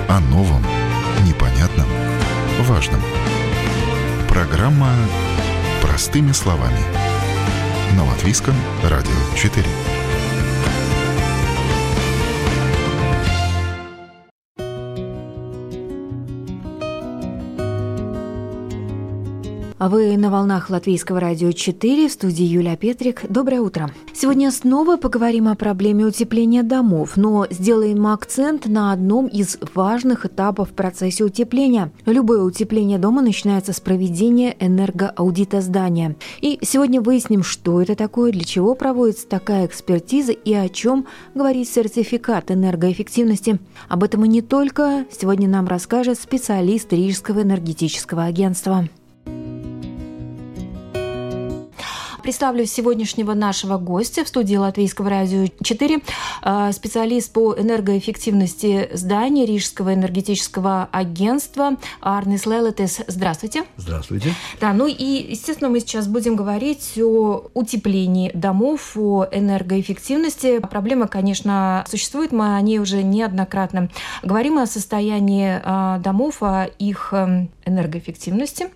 О новом, непонятном, важном. Программа «Простыми словами» на Латвийском радио 4. А вы на волнах Латвийского радио 4, в студии Юлия Петрик. Доброе утро. Сегодня снова поговорим о проблеме утепления домов, но сделаем акцент на одном из важных этапов в процессе утепления. Любое утепление дома начинается с проведения энергоаудита здания. И сегодня выясним, что это такое, для чего проводится такая экспертиза и о чем говорит сертификат энергоэффективности. Об этом и не только. Сегодня нам расскажет специалист Рижского энергетического агентства. Представлю сегодняшнего нашего гостя в студии Латвийского радио 4, специалист по энергоэффективности зданий Рижского энергетического агентства Арнис Лелетис. Здравствуйте. Здравствуйте. Да, ну и, естественно, мы сейчас будем говорить о утеплении домов, о энергоэффективности. Проблема, конечно, существует, мы о ней уже неоднократно говорим, о состоянии домов, о их энергоэффективности.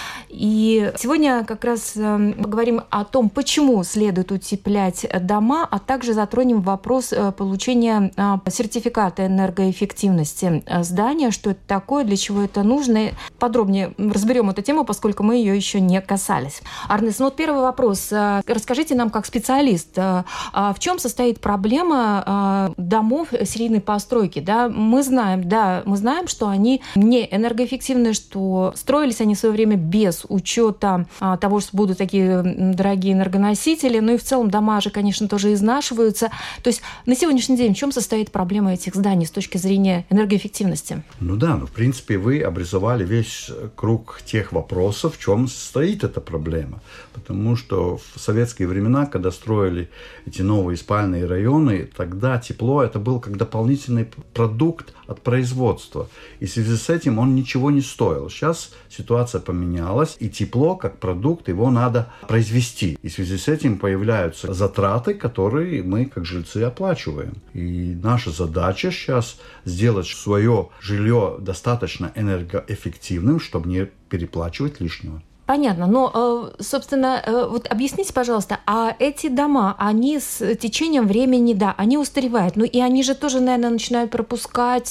И сегодня как раз поговорим о том, почему следует утеплять дома, а также затронем вопрос получения сертификата энергоэффективности здания, что это такое, для чего это нужно. Подробнее разберем эту тему, поскольку мы ее еще не касались. Арнис, ну вот первый вопрос. Расскажите нам, как специалист, в чем состоит проблема домов серийной постройки? Да, мы знаем, что они не энергоэффективны, что строились они в свое время без учета того, что будут такие дорогие энергоносители. Ну и в целом дома же, конечно, тоже изнашиваются. То есть на сегодняшний день в чем состоит проблема этих зданий с точки зрения энергоэффективности? В принципе, вы обрисовали весь круг тех вопросов, в чем состоит эта проблема. Потому что в советские времена, когда строили эти новые спальные районы, тогда тепло это был как дополнительный продукт от производства. И в связи с этим он ничего не стоил. Сейчас ситуация поменялась, и тепло, как продукт, его надо произвести. И в связи с этим появляются затраты, которые мы, как жильцы, оплачиваем. И наша задача сейчас сделать свое жилье достаточно энергоэффективным, чтобы не переплачивать лишнего. Понятно, но, собственно, вот объясните, пожалуйста, а эти дома, они с течением времени, да, они устаревают, ну и они же тоже, наверное, начинают пропускать,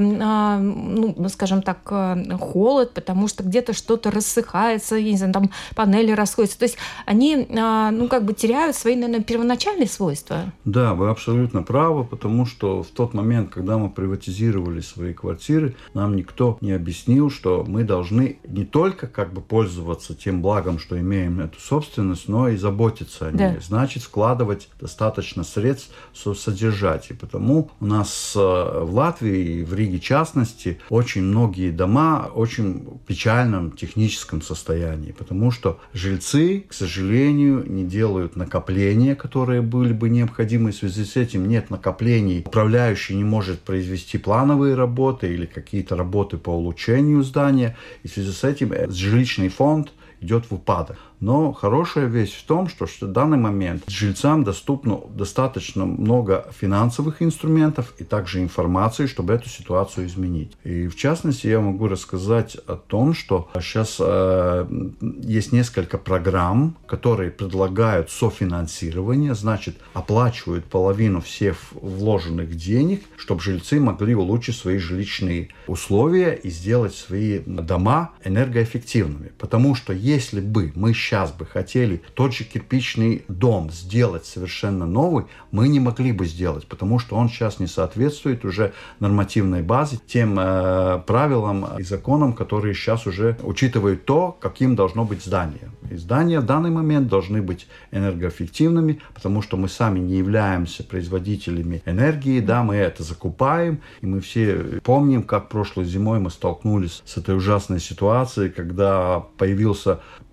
скажем так, холод, потому что где-то что-то рассыхается, я не знаю, там панели расходятся, то есть они, теряют свои, наверное, первоначальные свойства. Да, вы абсолютно правы, потому что в тот момент, когда мы приватизировали свои квартиры, нам никто не объяснил, что мы должны не только пользоваться тем благом, что имеем эту собственность, но и заботиться о ней. Да. Значит, вкладывать достаточно средств содержать. И потому у нас в Латвии, в Риге в частности, очень многие дома в очень печальном техническом состоянии, потому что жильцы, к сожалению, не делают накопления, которые были бы необходимы. В связи с этим нет накоплений. Управляющий не может произвести плановые работы или какие-то работы по улучшению здания. И в связи с этим жилищный фонд идет в упадок. Но хорошая вещь в том, что в данный момент жильцам доступно достаточно много финансовых инструментов и также информации, чтобы эту ситуацию изменить. И в частности, я могу рассказать о том, что сейчас есть несколько программ, которые предлагают софинансирование, значит, оплачивают половину всех вложенных денег, чтобы жильцы могли улучшить свои жилищные условия и сделать свои дома энергоэффективными. Потому что если бы мы сейчас бы хотели тот же кирпичный дом сделать совершенно новый, мы не могли бы сделать, потому что он сейчас не соответствует уже нормативной базе, тем правилам и законам, которые сейчас уже учитывают то, каким должно быть здание. И здания в данный момент должны быть энергоэффективными, потому что мы сами не являемся производителями энергии, да, мы это закупаем, и мы все помним, как прошлой зимой мы столкнулись с этой ужасной ситуацией, когда появился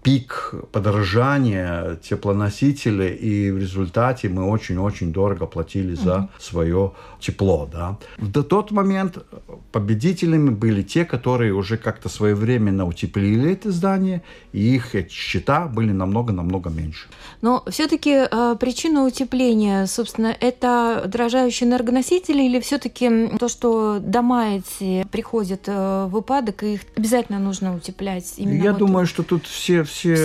пик подорожания теплоносителей, и в результате мы очень-очень дорого платили за свое тепло. Да. В тот момент победителями были те, которые уже как-то своевременно утеплили это здание, и их счета были намного-намного меньше. Но все-таки причина утепления, собственно, это дорожающие энергоносители или все-таки то, что дома эти приходят в упадок, и их обязательно нужно утеплять? Я думаю, что тут все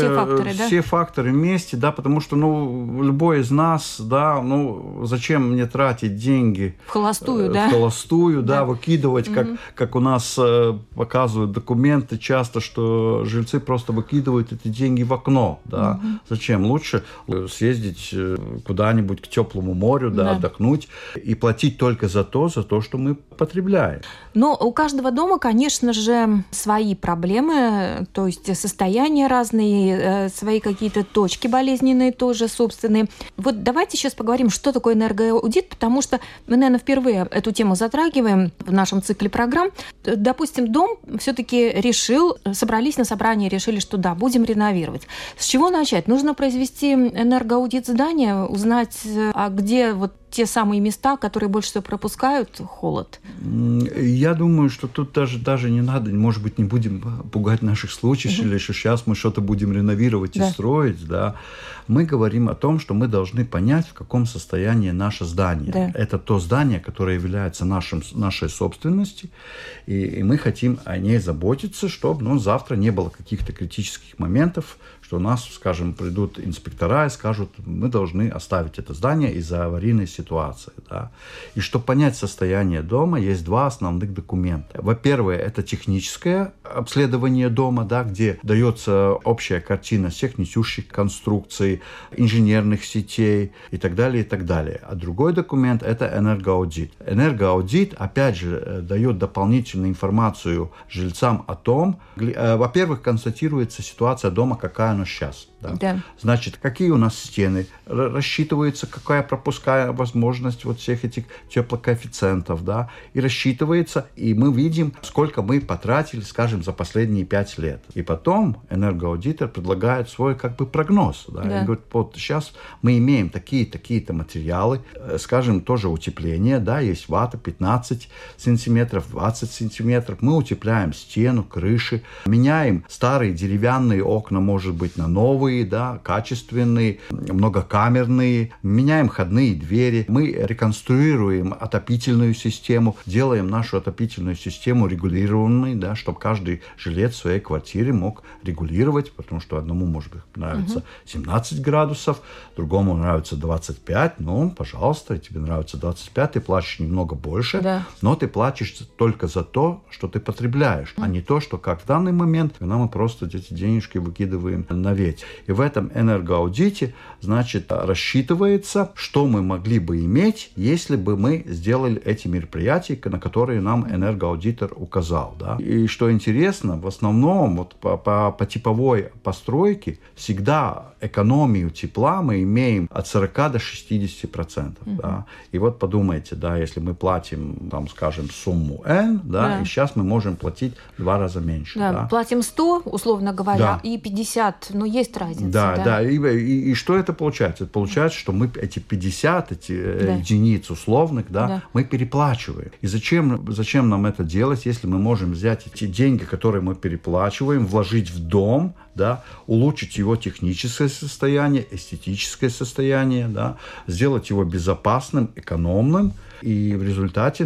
факторы вместе, да, потому что, любой из нас, да, зачем мне тратить деньги в холостую, да, выкидывать, как у нас показывают документы часто, что жильцы просто выкидывают эти деньги в окно, да. Зачем? Лучше съездить куда-нибудь к теплому морю, да, отдохнуть и платить только за то, что мы потребляем. Но у каждого дома, конечно же, свои проблемы, то есть состояния разные, свои какие-то точки болезненные тоже собственные. Вот давайте сейчас поговорим, что такое энергоаудит, потому что мы, наверное, впервые эту тему затрагиваем в нашем цикле программ. Допустим, дом все-таки собрались на собрании, решили, что да, будем реновировать. С чего начать? Нужно произвести энергоаудит здания, узнать, а где вот те самые места, которые больше всего пропускают холод? Я думаю, что тут даже не надо, может быть, не будем пугать наших слушателей, что сейчас мы что-то будем реновировать и строить, да. Мы говорим о том, что мы должны понять, в каком состоянии наше здание. Да. Это то здание, которое является нашей собственностью, и мы хотим о ней заботиться, чтобы завтра не было каких-то критических моментов, что у нас, скажем, придут инспектора и скажут, мы должны оставить это здание из-за аварийной ситуации. Да. И чтобы понять состояние дома, есть два основных документа. Во-первых, это техническое обследование дома, да, где дается общая картина всех несущих конструкций, инженерных сетей и так далее, и так далее. А другой документ – это энергоаудит. Энергоаудит, опять же, дает дополнительную информацию жильцам о том, во-первых, констатируется ситуация дома, какая она сейчас. Да? Да. Значит, какие у нас стены, рассчитывается, какая пропускная возможность вот всех этих теплокоэффициентов, да, и рассчитывается, и мы видим, сколько мы потратили, скажем, за последние 5 лет. И потом энергоаудитор предлагает свой прогноз, да, и говорит, вот сейчас мы имеем такие-то материалы, скажем, тоже утепление, да, есть вата 15 сантиметров, 20 сантиметров, мы утепляем стену, крыши, меняем старые деревянные окна, может быть, на новые, да, качественные, многокамерные, меняем входные двери, мы реконструируем отопительную систему, делаем нашу отопительную систему регулированной, да, чтобы каждый жилец в своей квартире мог регулировать, потому что одному, может быть, нравится 17 градусов, другому нравится 25, пожалуйста, тебе нравится 25, ты платишь немного больше, но ты платишь только за то, что ты потребляешь, а не то, что как в данный момент, когда мы просто эти денежки выкидываем на ветер. И в этом энергоаудите, значит, рассчитывается, что мы могли бы иметь, если бы мы сделали эти мероприятия, на которые нам энергоаудитор указал. Да? И что интересно, в основном вот по типовой постройке всегда экономию тепла мы имеем от 40 до 60%. Да? И вот подумайте, да, если мы платим, там, скажем, сумму N, да, и сейчас мы можем платить в 2 раза меньше. Да. Да? Платим 100, условно говоря, и 50, но есть разница. Да. И что это получается? Это получается, что мы эти 50, единиц условных, мы переплачиваем. И зачем нам это делать, если мы можем взять эти деньги, которые мы переплачиваем, вложить в дом, да, улучшить его техническое состояние, эстетическое состояние, да, сделать его безопасным, экономным. И в результате,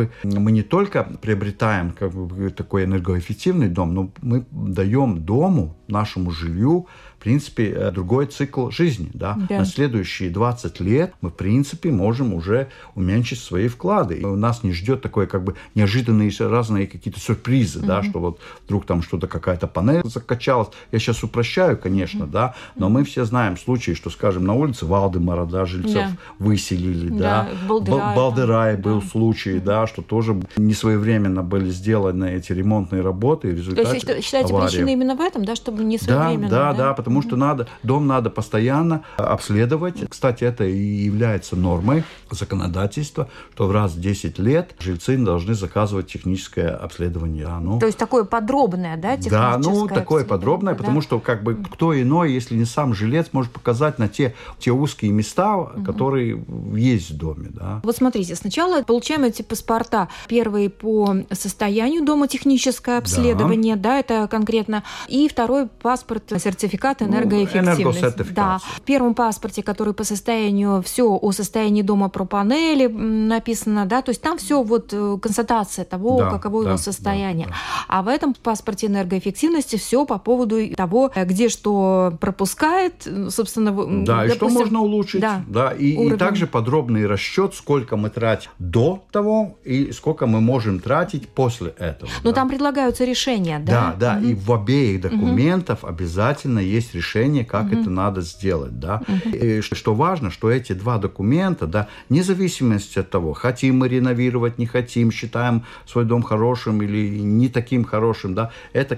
мы не только приобретаем такой энергоэффективный дом, но мы даем дому, нашему жилью, в принципе, другой цикл жизни. Да? Да. На следующие 20 лет мы, в принципе, можем уже уменьшить свои вклады. И у нас не ждет такое, неожиданные разные какие-то сюрпризы, да, что вот вдруг там что-то, какая-то панель закачалась. Я сейчас упрощаю, конечно, да, но мы все знаем случаи, что, скажем, на улице Валдемара, да, жильцов выселили, да. В Балдерае был случай, да, что тоже несвоевременно были сделаны эти ремонтные работы, и в результате То есть, считаете, причина именно в этом, да, чтобы не своевременно? Да, потому что дом надо постоянно обследовать. Кстати, это и является нормой законодательство, что раз в 10 лет жильцы должны заказывать техническое обследование. То есть такое подробное, да, техническое такое подробное, потому что кто иной, если не сам жилец, может показать на те узкие места, которые есть в доме. Да. Вот смотрите, сначала получаем эти паспорта. Первый по состоянию дома техническое обследование, да, это конкретно. И второй паспорт, сертификат энергоэффективности. Энергосертификация. Да. В первом паспорте, который по состоянию, все о состоянии дома про панели написано, да, то есть там все констатация того, каково его состояние. Да. А в этом паспорте энергоэффективности все по поводу того, где что пропускает, собственно, допустим, и что можно улучшить. Да. И также подробный расчет, сколько мы тратим до того и сколько мы можем тратить после этого. Но там предлагаются решения, да? Да, и в обеих документах обязательно есть решение, как это надо сделать, да. И что важно, что эти два документа, да, вне зависимости от того, хотим мы реновировать, не хотим, считаем свой дом хорошим или не таким хорошим, да, это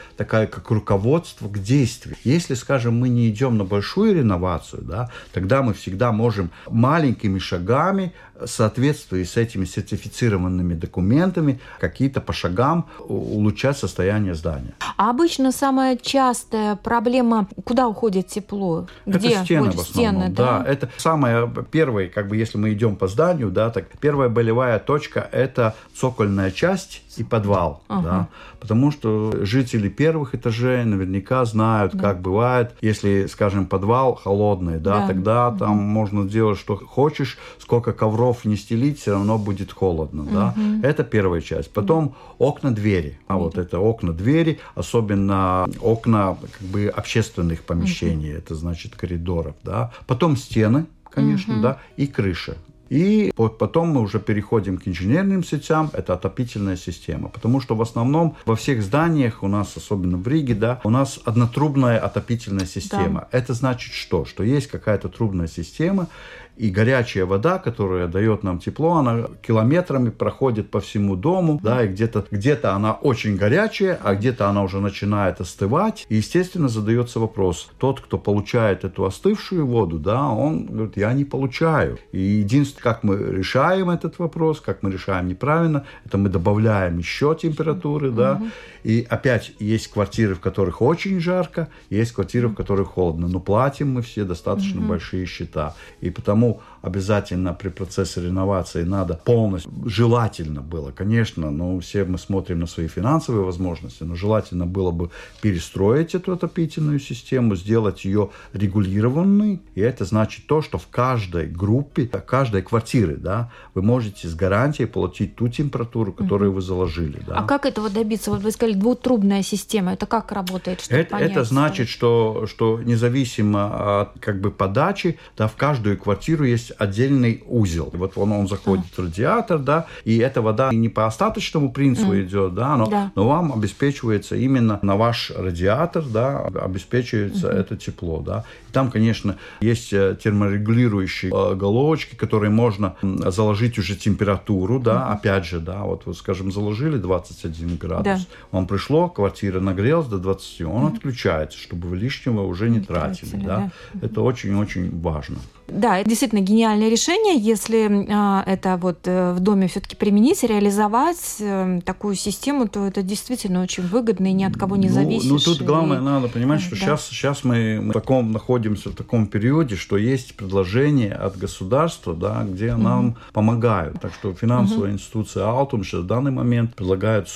как руководство к действию. Если, скажем, мы не идем на большую реновацию, да, тогда мы всегда можем маленькими шагами в соответствии с этими сертифицированными документами какие-то по шагам улучшать состояние здания. А обычно самая частая проблема, куда уходит тепло? Где? Это стены в основном. Стены, да? Это самое первое, если мы идем по зданию, да, так первая болевая точка – это цокольная часть и подвал. Да, потому что жители первых этажей наверняка знают, как бывает, если, скажем, подвал холодный, да, тогда там можно делать, что хочешь, сколько ковров не стелить, все равно будет холодно. Да. Это первая часть. Потом окна-двери. Это окна-двери, особенно окна общественных помещений, это значит коридоров. Да. Потом стены, конечно, да, и крыша. И потом мы уже переходим к инженерным сетям, это отопительная система. Потому что в основном во всех зданиях у нас, особенно в Риге, да, у нас однотрубная отопительная система. Да. Это значит что? Что есть какая-то трубная система, и горячая вода, которая дает нам тепло, она километрами проходит по всему дому, да, и где-то она очень горячая, а где-то она уже начинает остывать. И, естественно, задается вопрос. Тот, кто получает эту остывшую воду, да, он говорит, я не получаю. И единственное, как мы решаем этот вопрос, как мы решаем неправильно, это мы добавляем еще температуры, да. И опять есть квартиры, в которых очень жарко, есть квартиры, в которых холодно. Но платим мы все достаточно большие счета. И потому обязательно при процессе реновации надо полностью, желательно было, конечно, но все мы смотрим на свои финансовые возможности, но желательно было бы перестроить эту отопительную систему, сделать ее регулированной. И это значит то, что в каждой группе, в каждой квартире, да, вы можете с гарантией получить ту температуру, которую вы заложили. Да. А как этого добиться? Вот вы сказали, двутрубная система. Это как работает? Это значит, что независимо от подачи, да, в каждую квартиру есть отдельный узел. Вот он заходит в радиатор, да, и эта вода не по остаточному принципу идет, да, но вам обеспечивается именно на ваш радиатор, да, обеспечивается это тепло, да. И там, конечно, есть терморегулирующие головочки, которые можно заложить уже температуру, да, опять же, да, вот вы, скажем, заложили 21 градус, вам пришло, квартира нагрелась до 20, он отключается, чтобы вы лишнего уже не тратили, да. Это очень-очень важно. Да, действительно гениальное решение, если это в доме все-таки применить, реализовать такую систему, то это действительно очень выгодно и ни от кого не зависишь. Тут главное, надо понимать, что сейчас мы находимся в таком периоде, что есть предложения от государства, да, где нам помогают. Так что финансовая институция Altum сейчас в данный момент предлагает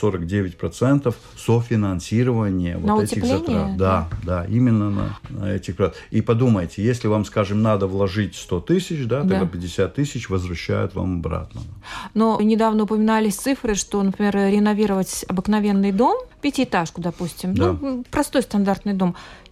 49% софинансирования на этих затрат. Да, именно на этих затрат. И подумайте, если вам, скажем, надо вложить 100 тысяч, да, тогда 50 тысяч возвращают вам обратно. Но недавно упоминались цифры, что, например, реновировать обыкновенный дом, пятиэтажку, допустим, простой стандартный дом,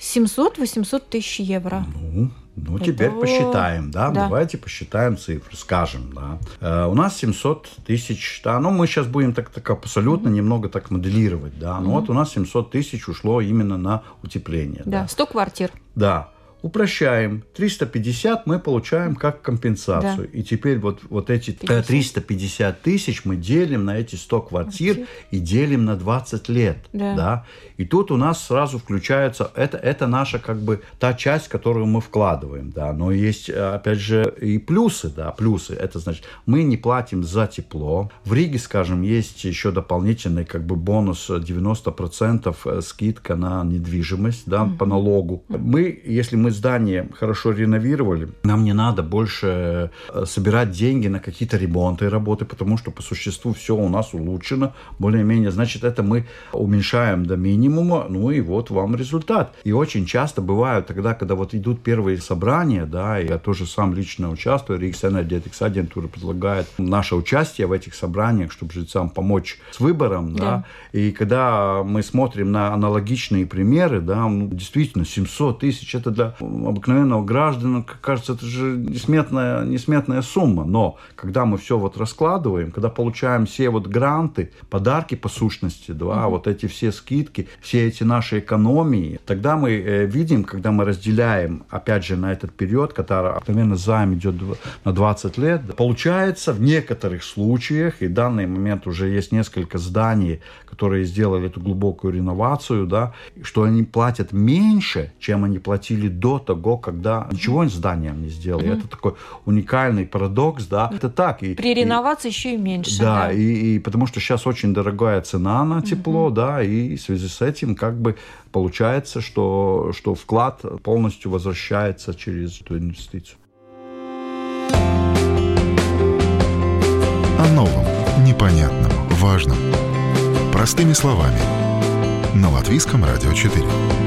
700-800 тысяч евро. Теперь посчитаем, да? Давайте посчитаем цифры, скажем, да. У нас 700 тысяч, да, мы сейчас будем так абсолютно немного так моделировать, да, у нас 700 тысяч ушло именно на утепление. Да, 100 квартир. Да. упрощаем. 350 мы получаем как компенсацию. Да. И теперь вот эти 350 тысяч мы делим на эти 100 квартир и делим на 20 лет. Да. Да? И тут у нас сразу включается, это наша как бы та часть, которую мы вкладываем. Да? Но есть, опять же, и плюсы. Да? Плюсы. Это значит, мы не платим за тепло. В Риге, скажем, есть еще дополнительный как бы бонус 90% скидка на недвижимость, да, по налогу. Если мы здание хорошо реновировали, нам не надо больше собирать деньги на какие-то ремонты и работы, потому что по существу все у нас улучшено, более-менее. Значит, это мы уменьшаем до минимума, ну и вот вам результат. И очень часто бывают тогда, когда вот идут первые собрания, да, я тоже сам лично участвую, Риgas Enerģētikas Aģentūra предлагает наше участие в этих собраниях, чтобы жильцам помочь с выбором, да. И когда мы смотрим на аналогичные примеры, да, действительно, 700 тысяч, это для обыкновенного гражданина, кажется, это же несметная сумма. Но когда мы все вот раскладываем, когда получаем все вот гранты, подарки по сущности, да, вот эти все скидки, все эти наши экономии, тогда мы видим, когда мы разделяем, опять же, на этот период, когда обыкновенно займ идет на 20 лет, получается в некоторых случаях, и в данный момент уже есть несколько зданий, которые сделали эту глубокую реновацию, да, что они платят меньше, чем они платили до того, когда ничего с зданием не сделали. Это такой уникальный парадокс, да. Это так. При реновации еще и меньше. Да, и потому что сейчас очень дорогая цена на тепло, да, и в связи с этим как бы получается, что вклад полностью возвращается через эту инвестицию. О новом, непонятном, важном. Простыми словами. На Латвийском радио 4.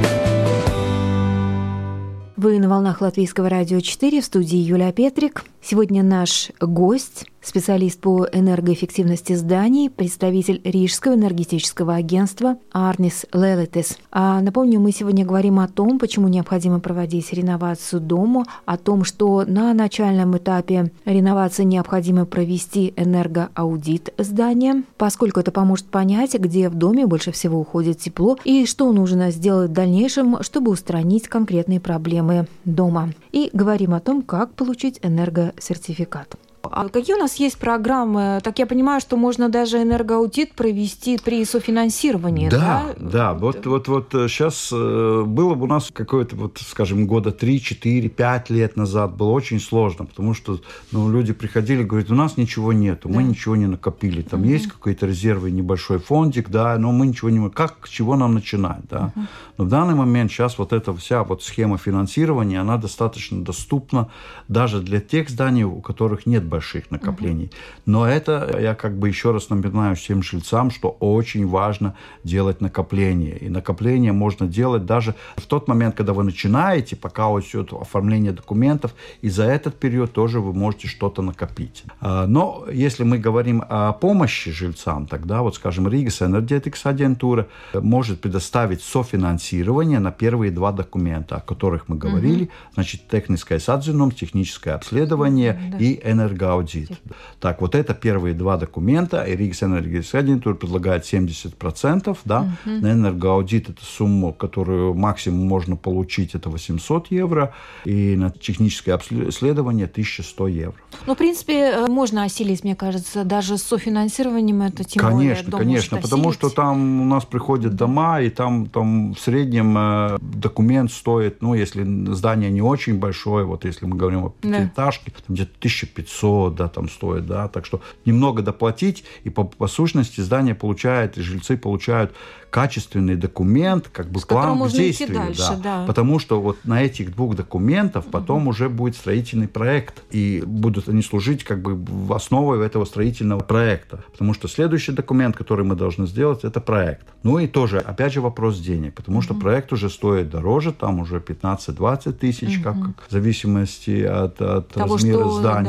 Вы на волнах Латвийского радио 4, в студии Юлия Петрик. Сегодня наш гость, специалист по энергоэффективности зданий, представитель Рижского энергетического агентства Арнис Лелетис. Напомню, мы сегодня говорим о том, почему необходимо проводить реновацию дома, о том, что на начальном этапе реновации необходимо провести энергоаудит здания, поскольку это поможет понять, где в доме больше всего уходит тепло и что нужно сделать в дальнейшем, чтобы устранить конкретные проблемы дома. И говорим о том, как получить энергосертификат. А какие у нас есть программы? Так я понимаю, что можно даже энергоаудит провести при софинансировании, да? Да. Вот сейчас было бы у нас какое-то, скажем, года 3, 4, 5 лет назад было очень сложно, потому что люди приходили и говорят, у нас ничего нету, мы ничего не накопили, там есть какие-то резервы, небольшой фондик, да, но мы ничего не можем. С чего нам начинать, да? Но в данный момент сейчас вот эта вся схема финансирования, она достаточно доступна даже для тех зданий, у которых нет больших накоплений. Но это, я еще раз напоминаю всем жильцам, что очень важно делать накопление. И накопление можно делать даже в тот момент, когда вы начинаете, пока идет оформление документов, и за этот период тоже вы можете что-то накопить. Но если мы говорим о помощи жильцам, тогда, скажем, Риgas Enerģētikas Aģentūra может предоставить софинансирование на первые 2 документа, о которых мы говорили, значит, техническое atzinums, техническое обследование и энергоаудит. Так, это первые 2 документа, и Риgas Enerģētikas Aģentūra предлагает 70%, да, на энергоаудит это сумма, которую максимум можно получить, это 800 евро, и на техническое обследование 1100 евро. В принципе, можно осилить, мне кажется, даже с софинансированием это тем более. Конечно, потому что там у нас приходят дома, и там в среднем документ стоит, если здание не очень большое, если мы говорим о 5-этажке, там где-то 1500, да, там стоит, да, так что немного доплатить, и по сущности здание получает, и жильцы получают качественный документ, план к действию. Дальше, да. Потому что на этих 2 документах потом уже будет строительный проект, и будут они служить в основе этого строительного проекта. Потому что следующий документ, который мы должны сделать, это проект. И тоже, опять же, вопрос денег, потому что проект уже стоит дороже, там уже 15-20 тысяч, в зависимости от того, размера здания, да.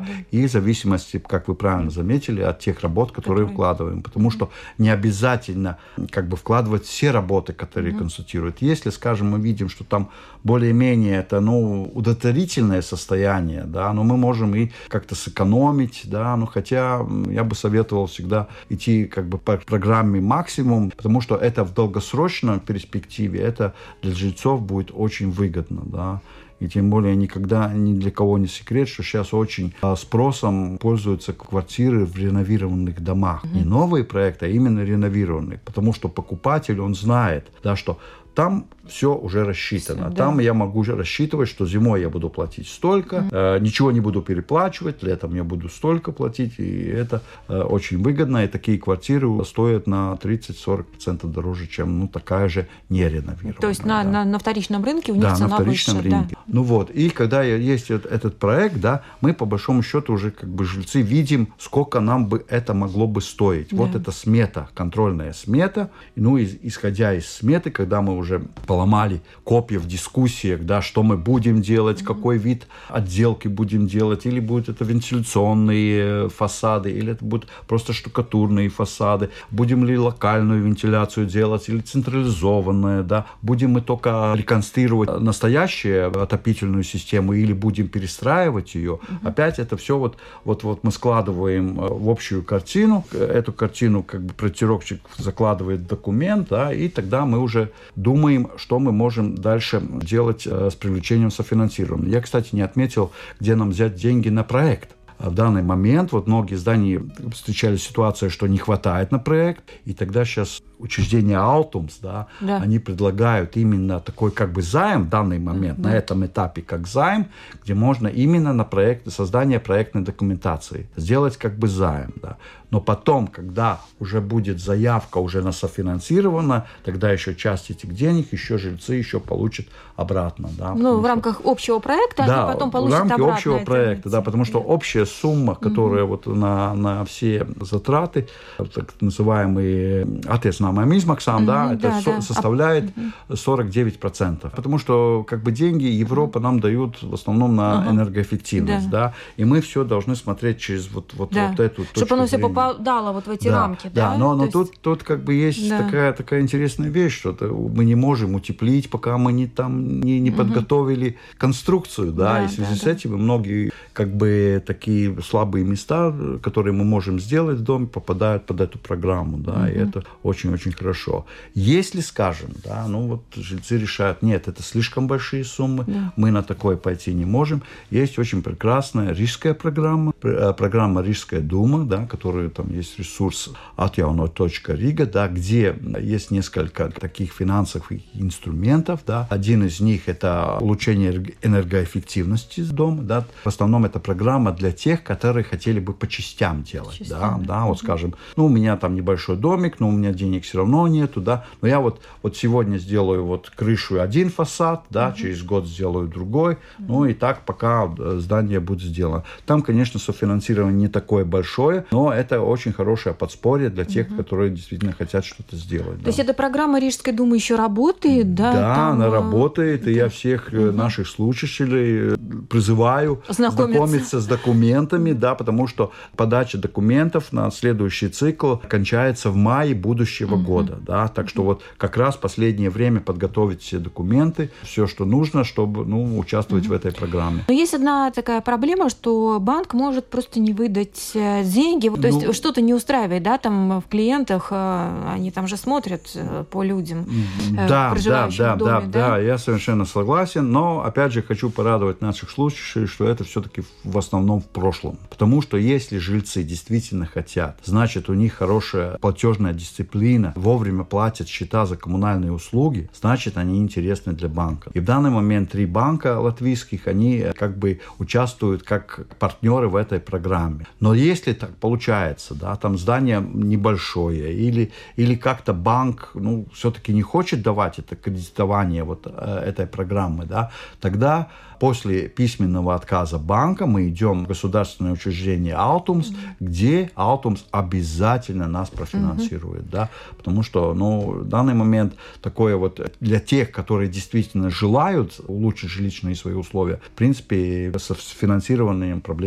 и в зависимости, как вы правильно заметили, от тех работ, которые вкладываем. Потому что не обязательно как бы вкладывать все работы, которые консультируют. Если, скажем, мы видим, что там более-менее это, удовлетворительное состояние, да, но мы можем и как-то сэкономить, да, хотя я бы советовал всегда идти как бы по программе максимум, потому что это в долгосрочной перспективе, это для жильцов будет очень выгодно, да. И тем более никогда ни для кого не секрет, что сейчас очень спросом пользуются квартиры в реновированных домах. Не новые проекты, а именно реновированные. Потому что покупатель, он знает, да, что там все уже рассчитано. Там я могу уже рассчитывать, что зимой я буду платить столько, ничего не буду переплачивать, летом я буду столько платить, и это очень выгодно. И такие квартиры стоят на 30-40% дороже, чем такая же нереновированная. То есть на вторичном рынке у них цена выше. Да, на вторичном рынке. Да. И когда есть этот проект, да, мы по большому счету уже как бы жильцы видим, сколько нам бы это могло бы стоить. Да. Вот это смета, контрольная смета. Исходя из сметы, когда мы уже поломали копья в дискуссиях, да, что мы будем делать, какой вид отделки будем делать, или будут это вентиляционные фасады, или это будут просто штукатурные фасады, будем ли локальную вентиляцию делать, или централизованную, да, будем мы только реконструировать настоящую отопительную систему, или будем перестраивать ее. Опять это все вот мы складываем в общую картину, эту картину как бы проектировщик закладывает в документ, да, и тогда мы уже думаем, что мы можем дальше делать с привлечением софинансирования. Я, кстати, не отметил, где нам взять деньги на проект. В данный момент многие здания встречали ситуацию, что не хватает на проект, и тогда сейчас учреждение Altums, да, они предлагают именно такой как бы займ в данный момент, на этом этапе как займ, где можно именно на создание проектной документации сделать как бы займ. Да. Но потом, когда уже будет заявка уже на софинансировано, тогда еще часть этих денег еще жильцы еще получат обратно. Да, в рамках общего проекта они потом получат обратно. Да, в рамках общего проекта, да, потому что общая сумма, которая на все затраты, так называемые ответственные это составляет 49%. Потому что как бы деньги Европа нам дают в основном на энергоэффективность. Да. И мы все должны смотреть через вот эту точку зрения. Чтобы оно все попадало вот в эти рамки. Да, но тут как бы есть такая интересная вещь, что мы не можем утеплить, пока мы не подготовили конструкцию. Да. И в связи с этим многие как бы такие слабые места, которые мы можем сделать в доме, попадают под эту программу. Да. И это очень-очень хорошо. Если, скажем, жильцы решают, нет, это слишком большие суммы, мы на такое пойти не можем, есть очень прекрасная рижская программа Рижская дума, да, которая там есть ресурс atjauno.riga, да, где есть несколько таких финансовых инструментов. Да. Один из них это улучшение энергоэффективности дома. Да. В основном это программа для тех, которые хотели бы по частям делать. Вот скажем, у меня там небольшой домик, но у меня денег все равно нету, да, но я вот сегодня сделаю крышу один фасад, да, через год сделаю другой, и так пока здание будет сделано. Там, конечно, софинансирование не такое большое, но это очень хорошее подспорье для тех, которые действительно хотят что-то сделать. То есть эта программа Рижской думы еще работает, да? Да, она работает, и я всех наших слушателей призываю знакомиться с документами, да, потому что подача документов на следующий цикл кончается в мае будущего года, да, так что как раз последнее время подготовить все документы, все, что нужно, чтобы участвовать в этой программе. Но есть одна такая проблема, что банк может просто не выдать деньги, то есть что-то не устраивает, да, там в клиентах, они там же смотрят по людям, проживающим в доме. Да, я совершенно согласен, но опять же хочу порадовать наших слушателей, что это все-таки в основном в прошлом, потому что если жильцы действительно хотят, значит у них хорошая платежная дисциплина, вовремя платят счета за коммунальные услуги, значит, они интересны для банка. И в данный момент 3 банка латвийских, они как бы участвуют как партнеры в этой программе. Но если так получается, да, там здание небольшое, или как-то банк, все-таки не хочет давать это кредитование этой программы, да, тогда после письменного отказа банка мы идем в государственное учреждение Altums, где Altums обязательно нас профинансирует, да, потому что, в данный момент такое для тех, которые действительно желают улучшить жилищные свои условия, в принципе, с финансированием проблем быть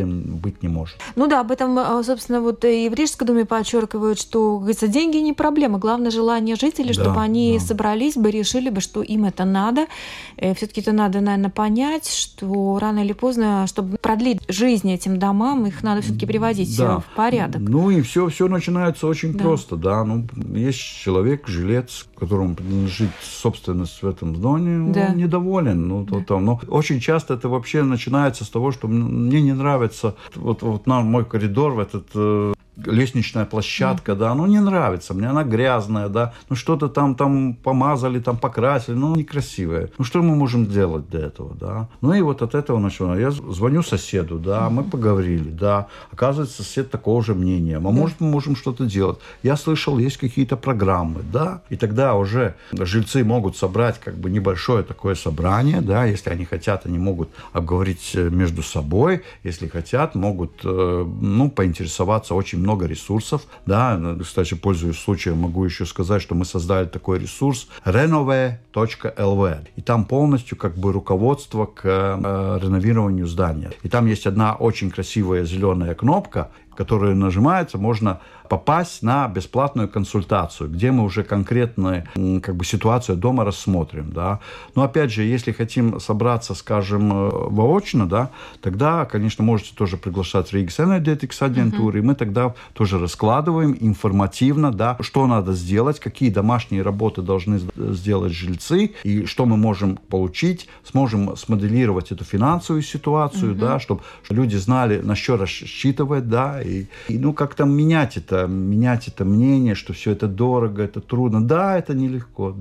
быть не может. Ну да, об этом, собственно, вот и в Рижской думе подчеркивают, что, говорится, деньги не проблема, главное желание жителей, Да, чтобы они да. собрались бы, решили бы, что им это надо. Все-таки это надо, наверное, понять, что рано или поздно, чтобы продлить жизнь этим домам, их надо все-таки приводить в порядок. Ну и все начинается очень Да. просто, да. Ну, есть человек, жилец, которому принадлежит собственность в этом здании, Да. он недоволен. Ну, Да. но очень часто это вообще начинается с того, что мне не нравится вот мой коридор, этот лестничная площадка, да, ну, не нравится мне, она грязная, да, ну, что-то там помазали, там покрасили, ну, некрасивое. Ну, что мы можем делать для этого, да? Ну, и вот от этого начало. Я звоню соседу, да, мы поговорили, да, оказывается, сосед такого же мнения. А может, мы можем что-то делать? Я слышал, есть какие-то программы, да, и тогда уже жильцы могут собрать как бы небольшое такое собрание, да, если они хотят, они могут обговорить между собой, если хотят, могут, ну, поинтересоваться очень много ресурсов, да, кстати, пользуясь случаем, могу еще сказать, что мы создали такой ресурс renove.lv, и там полностью как бы руководство к реновированию здания. И там есть одна очень красивая зеленая кнопка, которая нажимается, можно попасть на бесплатную консультацию, где мы уже конкретную как бы ситуацию дома рассмотрим, да. Но опять же, если хотим собраться, скажем, воочно, да, тогда, конечно, можете тоже приглашать Риgas Energetikas агентуру, и мы тогда тоже раскладываем информативно, да, что надо сделать, какие домашние работы должны сделать жильцы, и что мы можем получить, сможем смоделировать эту финансовую ситуацию, да, чтобы люди знали, на что рассчитывать, да, и ну, как-то менять это мнение, что все это дорого, это трудно. Да, это нелегко,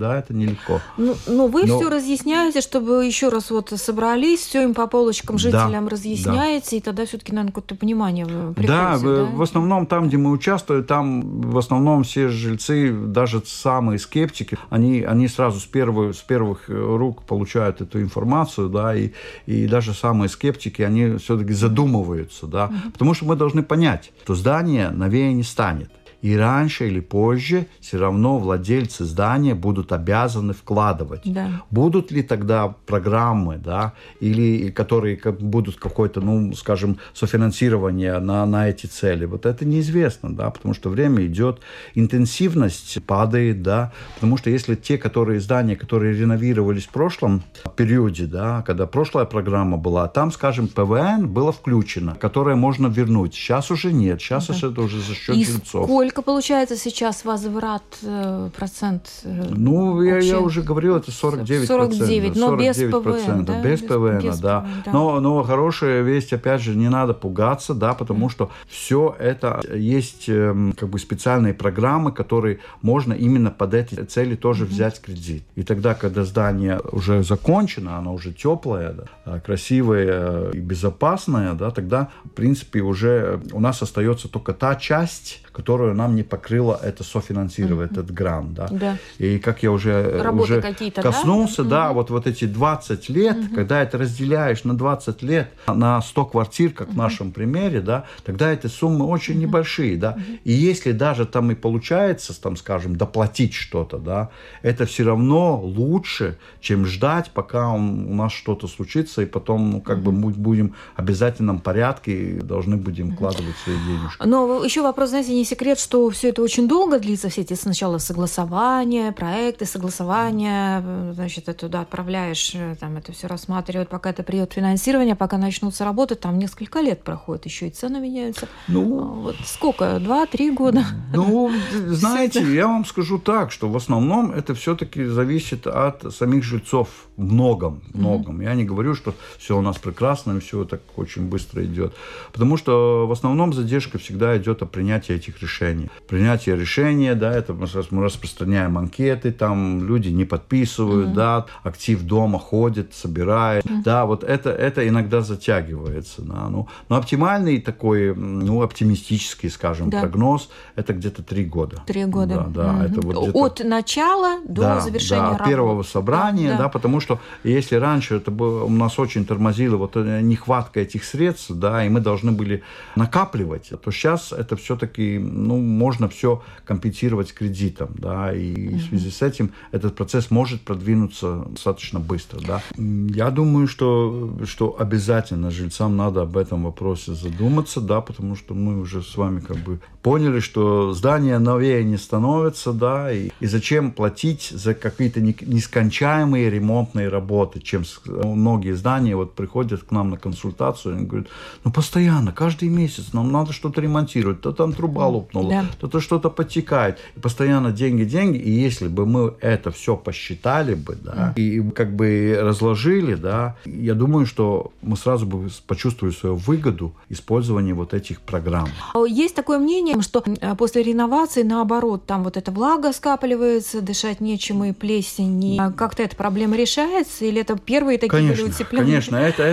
Но вы все разъясняете, чтобы еще раз вот собрались, все им по полочкам жителям разъясняете, и тогда все-таки, наверное, какое-то понимание приходит. Да, в основном там, где мы участвуем, там в основном все жильцы, даже самые скептики, они сразу с первых рук получают эту информацию, да, и даже самые скептики, они все-таки задумываются, да, потому что мы должны понять, что здание новее не станет. И раньше или позже все равно владельцы здания будут обязаны вкладывать. Да. Будут ли тогда программы, да, или которые будут какое-то, ну, скажем, софинансирование на эти цели? Вот это неизвестно, да, потому что время идет, интенсивность падает, да, потому что если те, здания, которые реновировались в прошлом периоде, да, когда прошлая программа была, там, скажем, ПВН было включено, которое можно вернуть. Сейчас уже нет, сейчас это уже за счет жильцов. Сколько получается сейчас возврат процент? Ну, я уже говорил, это 49%. 49, но без ПВН, да? Без ПВН, да. Но хорошая весть, опять же, не надо пугаться, да, потому что все это есть как бы специальные программы, которые можно именно под эти цели тоже взять кредит. И тогда, когда здание уже закончено, оно уже теплое, да, красивое и безопасное, да, тогда, в принципе, уже у нас остается только та часть, которую нам не покрыло это софинансировать, этот грант, да. Да. И как я уже коснулся, да, вот эти 20 лет, когда это разделяешь на 20 лет, на 100 квартир, как в нашем примере, да, тогда эти суммы очень небольшие, да. И если даже там и получается, там, скажем, доплатить что-то, да, это все равно лучше, чем ждать, пока у нас что-то случится, и потом, ну, как бы мы будем в обязательном порядке и должны будем вкладывать свои денежки. Но еще вопрос, знаете, не секрет, что все это очень долго длится, все эти сначала согласования, проекты, согласования, значит, ты туда отправляешь, там это все рассматривают, пока это придет финансирование, пока начнутся работы, там несколько лет проходит, еще и цены меняются. Ну, вот сколько? 2-3 года? Ну, знаете, я вам скажу так, что в основном это все-таки зависит от самих жильцов многом. Я не говорю, что все у нас прекрасно, и все так очень быстро идет. Потому что в основном задержка всегда идет от принятия этих решений. Принятие решения, да, это мы распространяем анкеты, там люди не подписывают, да, актив дома ходит, собирает, да, вот это иногда затягивается, да, но оптимальный такой, ну, оптимистический, скажем, прогноз, это где-то 3 года. 3 года. Да, это вот где-то... От начала до завершения работы. Первого собрания, да, потому что если раньше это было, у нас очень тормозила вот нехватка этих средств, да, и мы должны были накапливать, то сейчас это все-таки, ну, можно все компенсировать кредитом, да, и в связи с этим этот процесс может продвинуться достаточно быстро, да. Я думаю, что обязательно жильцам надо об этом вопросе задуматься, да, потому что мы уже с вами как бы поняли, что здания новее не становятся, да, и зачем платить за какие-то нескончаемые ремонтные работы, чем многие здания вот приходят к нам на консультацию и говорят, ну, постоянно, каждый месяц нам надо что-то ремонтировать, то там труба лопнула, то что-то подтекает, и постоянно деньги, и если бы мы это все посчитали бы, да, и как бы разложили, да, я думаю, что мы сразу бы почувствовали свою выгоду использования вот этих программ. Есть такое мнение, что после реновации, наоборот, там вот эта влага скапливается, дышать нечем и плесень, и как-то эта проблема решается, или это первые такие были утепленные? Конечно,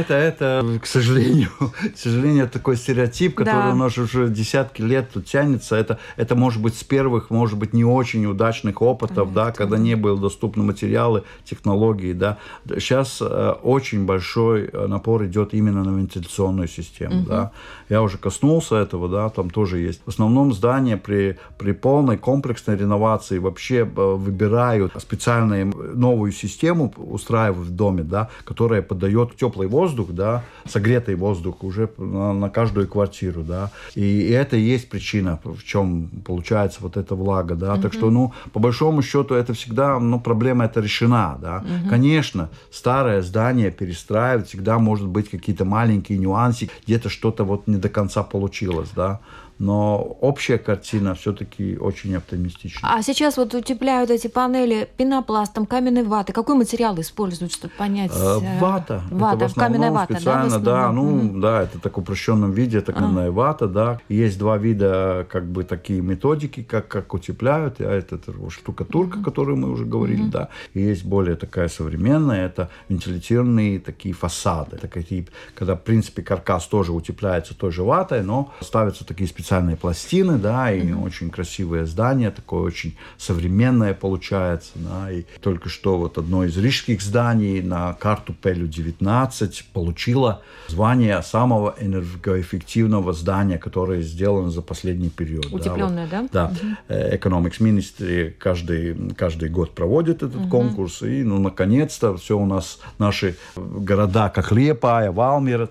это, к сожалению, такой стереотип, который у нас уже десятки лет тут тянется. Это может быть с первых, может быть, не очень удачных опытов, да, когда не были доступны материалы, технологии, да. Сейчас очень большой напор идет именно на вентиляционную систему, да. Я уже коснулся этого, да, там тоже есть. В основном здания при полной комплексной реновации вообще выбирают специальную новую систему, устраивают в доме, да, которая подает теплый воздух, да, согретый воздух уже на каждую квартиру, да. И это и есть причина, в чем получается вот эта влага, да. Так что, по большому счету, это всегда, проблема эта решена, да. Конечно, старое здание перестраивать, всегда может быть какие-то маленькие нюансы, где-то что-то вот не до конца получилось, да. Но общая картина все-таки очень оптимистична. А сейчас вот утепляют эти панели пенопластом, каменной ватой. Какой материал используют, чтобы понять? Вата. Вата, каменная вата, специально, да, это так в упрощенном виде, это каменная вата, да. Есть два вида, как бы, такие методики, как утепляют. Это штукатурка, о которой мы уже говорили, да. И есть более такая современная, это вентиляционные такие фасады. Такие, когда, в принципе, каркас тоже утепляется той же ватой, но ставятся такие специальные пластины, да, и очень красивое здание, такое очень современное получается, да, и только что вот одно из рижских зданий на Картупелю 19 получило звание самого энергоэффективного здания, которое сделано за последний период. Утепленное, да? Да. Economics Ministry каждый год проводит этот конкурс, и, наконец-то, все у нас, наши города, как Лиепая, Валмира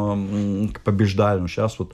там побеждали, но сейчас вот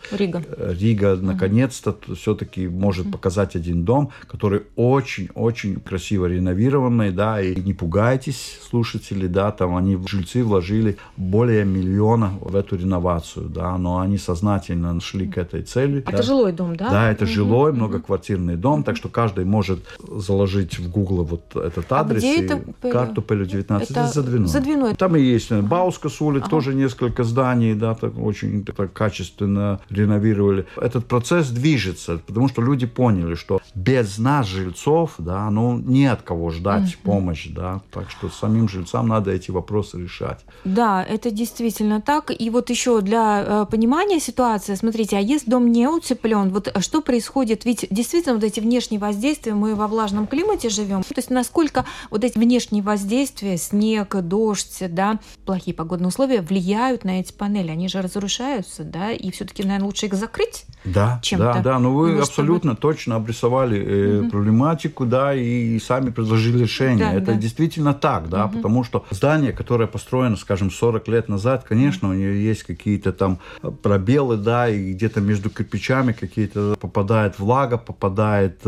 Рига наконец-то все-таки может показать один дом, который очень-очень красиво реновированный, да, и не пугайтесь, слушатели, да, там жильцы вложили более 1 миллиона в эту реновацию, да, но они сознательно шли к этой цели. Это жилой дом, да? Да, это жилой, многоквартирный дом, так что каждый может заложить в Google вот этот адрес. Где это? Картупелю 19, это за Двиной. За Двиной. Там и есть Баускас улица, тоже несколько зданий, да, так очень так качественно реновировали. Этот процесс движется, потому что люди поняли, что без нас, жильцов, да, не от кого ждать помощи, да, так что самим жильцам надо эти вопросы решать. Да, это действительно так. И вот еще для понимания ситуации, смотрите, а если дом не утеплен, вот что происходит? Ведь действительно вот эти внешние воздействия, мы во влажном климате живем, то есть насколько вот эти внешние воздействия, снег, дождь, да, плохие погодные условия влияют на эти панели, они же разрушаются, да, и все-таки, наверное, лучше их закрыть? Да, но вы абсолютно точно обрисовали проблематику, да, и сами предложили решение. Это действительно так, да, потому что здание, которое построено, скажем, 40 лет назад, конечно, у нее есть какие-то там пробелы, да, и где-то между кирпичами какие-то попадает влага, попадает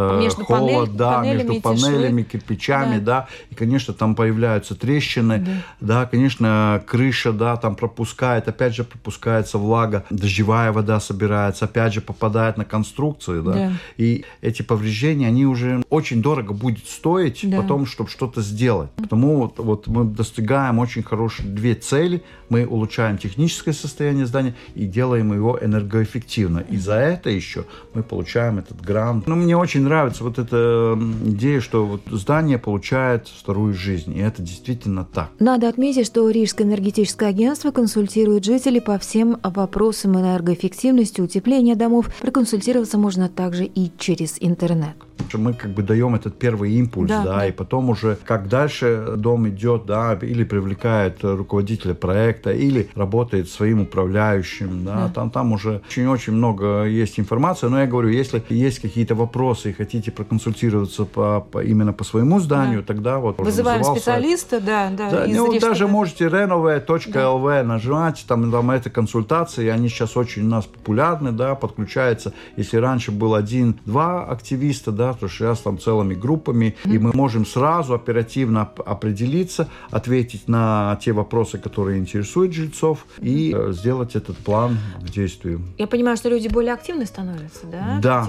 холод, между панелями, кирпичами, да, и, конечно, там появляются трещины, да, конечно, крыша, да, там пропускает, опять же, пропускается влага, дождевая вода собирается, опять же, попадает на конструкцию, да, и эти повреждения, они уже очень дорого будет стоить потом, чтобы что-то сделать. Потому вот мы достигаем очень хорошие две цели. Мы улучшаем техническое состояние здания и делаем его энергоэффективно. И за это еще мы получаем этот грант. Мне очень нравится вот эта идея, что вот здание получает вторую жизнь. И это действительно так. Надо отметить, что Рижское энергетическое агентство консультирует жителей по всем вопросам энергоэффективности, утепления домов. Проконсультироваться можно также и через интернет. Мы как бы даем этот первый импульс, и потом уже как дальше дом идет, или привлекает руководителя проекта, или работает своим управляющим, там уже очень-очень много есть информации. Но я говорю, если есть какие-то вопросы и хотите проконсультироваться именно по своему зданию, тогда вот вызываем специалиста, даже можете renove.lv нажимать, там это консультации, они сейчас очень у нас популярны, подключаются. Если раньше был 1-2 активиста, то сейчас там целыми группами, и мы можем сразу оперативно определиться, ответить на те вопросы, которые интересуют жильцов, и сделать этот план к действию. Я понимаю, что люди более активны становятся, да?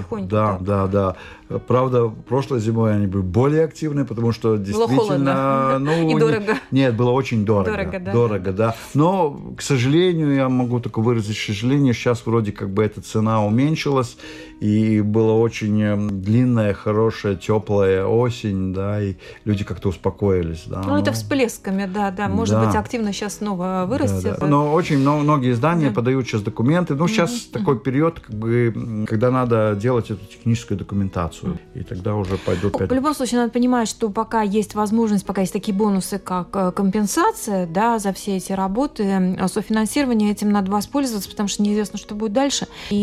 Да. Правда, прошлой зимой они были более активны, потому что действительно... И дорого. Нет, было очень дорого. Дорого, да. Но, к сожалению, я могу только выразить сожаление, сейчас вроде как бы эта цена уменьшилась, и была очень длинная, хорошая, теплая осень, и люди как-то успокоились. Это всплесками, Может быть, активно сейчас снова вырастет. Да. Но очень многие здания подают сейчас документы. Сейчас такой период, когда надо делать эту техническую документацию. И тогда уже пойдут... В любом случае, надо понимать, что пока есть возможность, пока есть такие бонусы, как компенсация, за все эти работы, софинансирование, этим надо воспользоваться, потому что неизвестно, что будет дальше.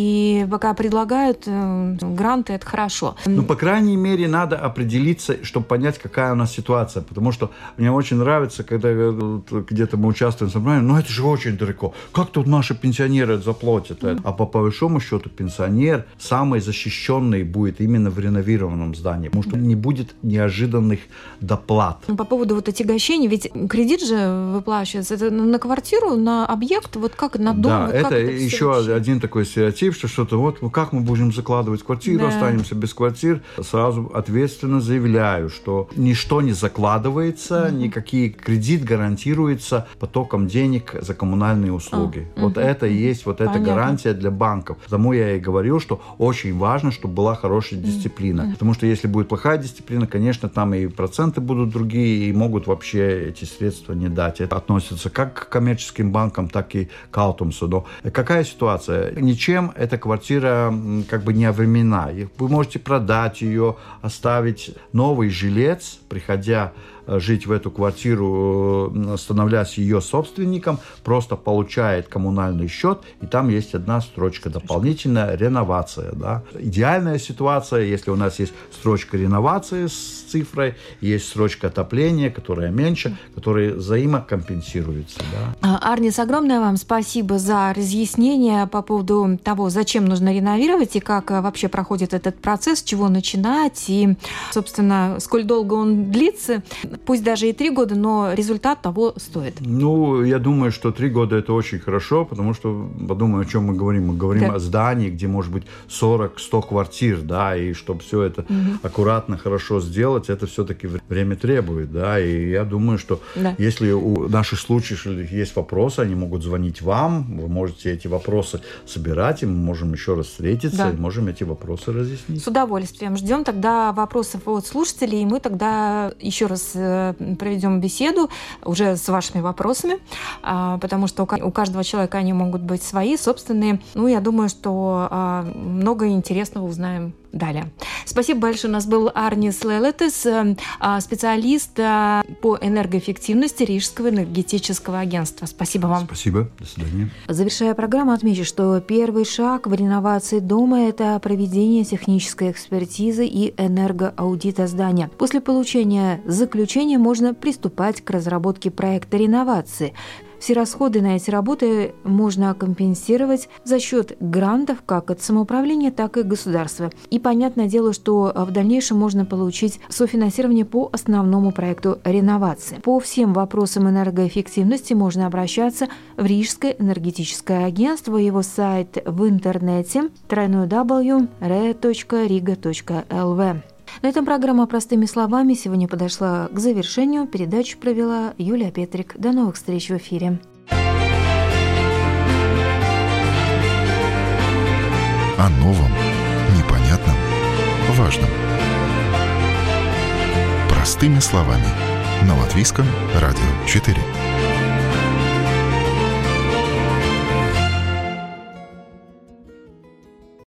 И пока предлагают гранты, это хорошо. По крайней мере, надо определиться, чтобы понять, какая у нас ситуация. Потому что мне очень нравится, когда где-то мы участвуем в собрании, это же очень далеко. Как тут наши пенсионеры заплатят? А по большому счету пенсионер самый защищенный будет именно в реновированном здании, потому что не будет неожиданных доплат. По поводу отягощений, ведь кредит же выплачивается, это на квартиру, на объект, как на дом? Да, это еще один такой стереотип, что что-то как мы будем закладывать квартиру, останемся без квартир. Сразу ответственно заявляю, что ничто не закладывается, никакие кредит гарантируется потоком денег за коммунальные услуги. Это и есть эта гарантия для банков. Потому я и говорил, что очень важно, чтобы была хорошая дисциплина. Потому что если будет плохая дисциплина, конечно, там и проценты будут другие, и могут вообще эти средства не дать. Это относится как к коммерческим банкам, так и к Алтумсу. Но какая ситуация? Ничем эта квартира не овременена. Вы можете продать ее, оставить новый жилец, приходя жить в эту квартиру, становляясь ее собственником, просто получает коммунальный счет, и там есть одна строчка дополнительная — реновация. Идеальная ситуация, если у нас есть строчка реновации с цифрой, есть строчка отопления, которая меньше, которые взаимокомпенсируются. Арнис, огромное вам спасибо за разъяснение по поводу того, зачем нужно реновировать и как вообще проходит этот процесс, с чего начинать и, собственно, сколь долго он длится. Пусть даже и 3 года, но результат того стоит. Я думаю, что 3 года – это очень хорошо, потому что, подумай, о чем мы говорим. Мы говорим о здании, где может быть 40-100 квартир, и чтобы все это аккуратно, хорошо сделать, это все-таки время требует, и я думаю, что если у наших слушателей есть вопросы, они могут звонить вам, вы можете эти вопросы собирать, и мы можем еще раз встретиться, и можем эти вопросы разъяснить. С удовольствием. Ждем тогда вопросов от слушателей, и мы тогда еще раз проведем беседу уже с вашими вопросами, потому что у каждого человека они могут быть свои, собственные. Я думаю, что много интересного узнаем далее. Спасибо большое. У нас был Арнис Лелетис, специалист по энергоэффективности Рижского энергетического агентства. Спасибо вам. Спасибо. До свидания. Завершая программу, отмечу, что первый шаг в реновации дома – это проведение технической экспертизы и энергоаудита здания. После получения заключения можно приступать к разработке проекта реновации. Все расходы на эти работы можно компенсировать за счет грантов как от самоуправления, так и государства. И понятное дело, что в дальнейшем можно получить софинансирование по основному проекту реновации. По всем вопросам энергоэффективности можно обращаться в Рижское энергетическое агентство, его сайт в интернете www.re.riga.lv. На этом программа «Простыми словами» сегодня подошла к завершению. Передачу провела Юлия Петрик. До новых встреч в эфире. О новом, непонятном, важном. Простыми словами. На Латвийском радио 4.